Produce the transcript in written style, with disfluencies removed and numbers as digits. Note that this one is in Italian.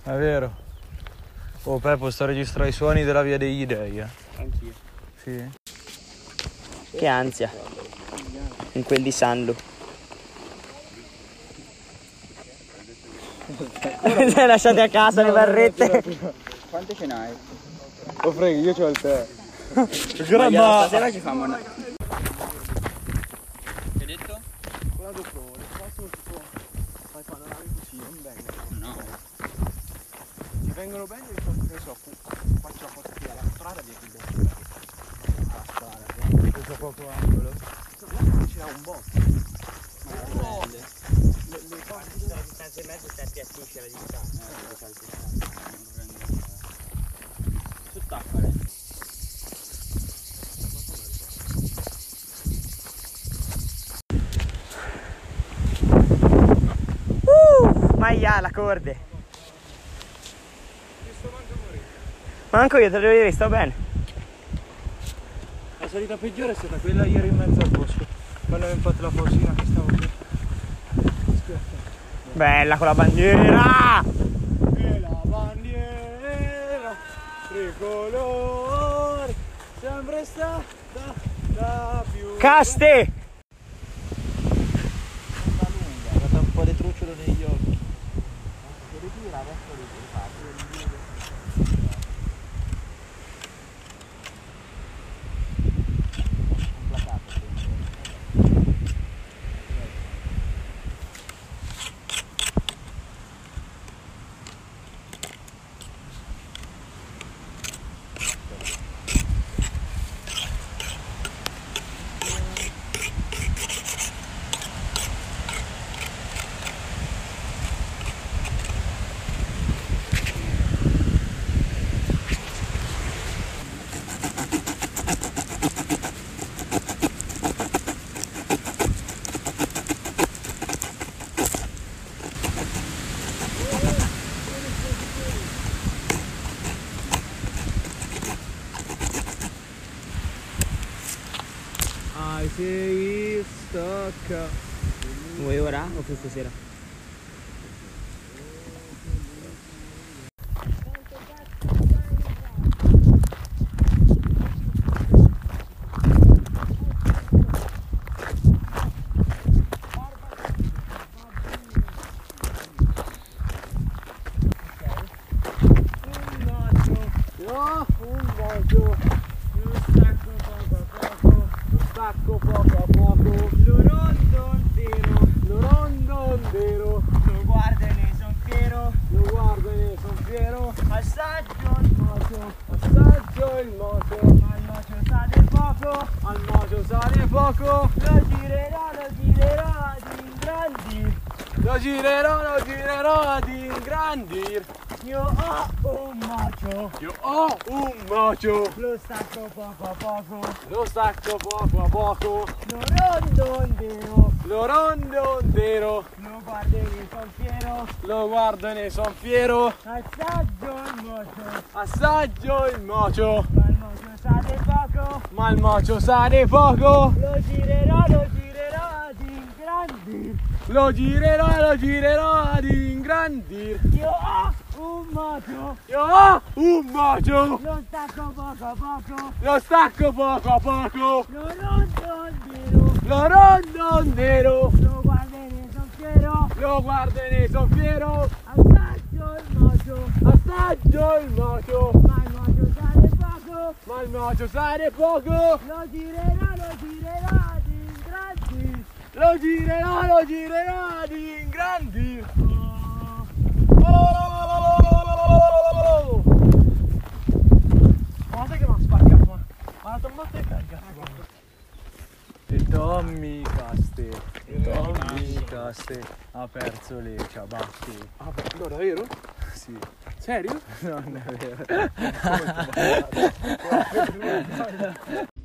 È vero. Oh Peppo, sto registrando i suoni della via degli dei, Anch'io. Sì. Che ansia. In quel di Sandu. Sei lasciati a casa le barrette. Quante ce n'hai? Oh frega, io c'ho il tè. Stasera ci fanno una... Che hai detto? Quella dopo, le prossime tipo fai panorami così, non vengono. No. Ti vengono bene e ne so, faccio la foto qui alla strada via qui dentro. Alla strada, Questo poco angolo. c'era un botto. Ma no. Le cose La distanza in mezzo si appiattisce la distanza. Sott'acqua. Maia, la corde. Manco io te lo devo dire, sto bene. La salita peggiore è stata quella ieri in mezzo al bosco. Quando abbiamo fatto la pausina che stavo qui. Bella con la bandiera! E la bandiera tricolore sempre stata la più Caste! Guarda un po' di trucciolo negli occhi. Sei stacca. Vuoi ora o più stasera? un moto, lo stacco poco a poco, lo stacco poco a poco, Lo rondondero, lo rondondero, lo guarda e ne son fiero, lo guardo e ne son fiero, assaggio il moto, assaggio il moto, ma il moto sa di poco, al moto sale poco, lo girerò ad ingrandir, lo girerò ad ingrandir, io ho un moto, io ho un mocio, lo stacco poco a poco, lo stacco poco a poco, lo rondondero, lo rondondero, lo guarda e ne son fiero, lo guardo e ne son fiero, assaggio il moto, assaggio il mocio, ma il moto sa di poco, ma il mocio sa di poco, lo girerò ad ingrandir, lo girerò ad ingrandir, io ho un moto, io ho un mocio, lo stacco poco a poco, lo stacco poco a poco, lo rondondero, lo rondondero, lo guarda e ne son fiero, lo guardo e ne son fiero, assaggio il moto, assaggio il mocio, ma il moto sa di poco, ma il mocio sa di poco, lo girerò ad ingrandir, lo girerò ad ingrandir. Ma sai che mi ha spaccato? Ma la tombata è carica. E Tommy Caste ha perso le ciabatte. Ah, no, davvero? Sì. Serio? Non è vero.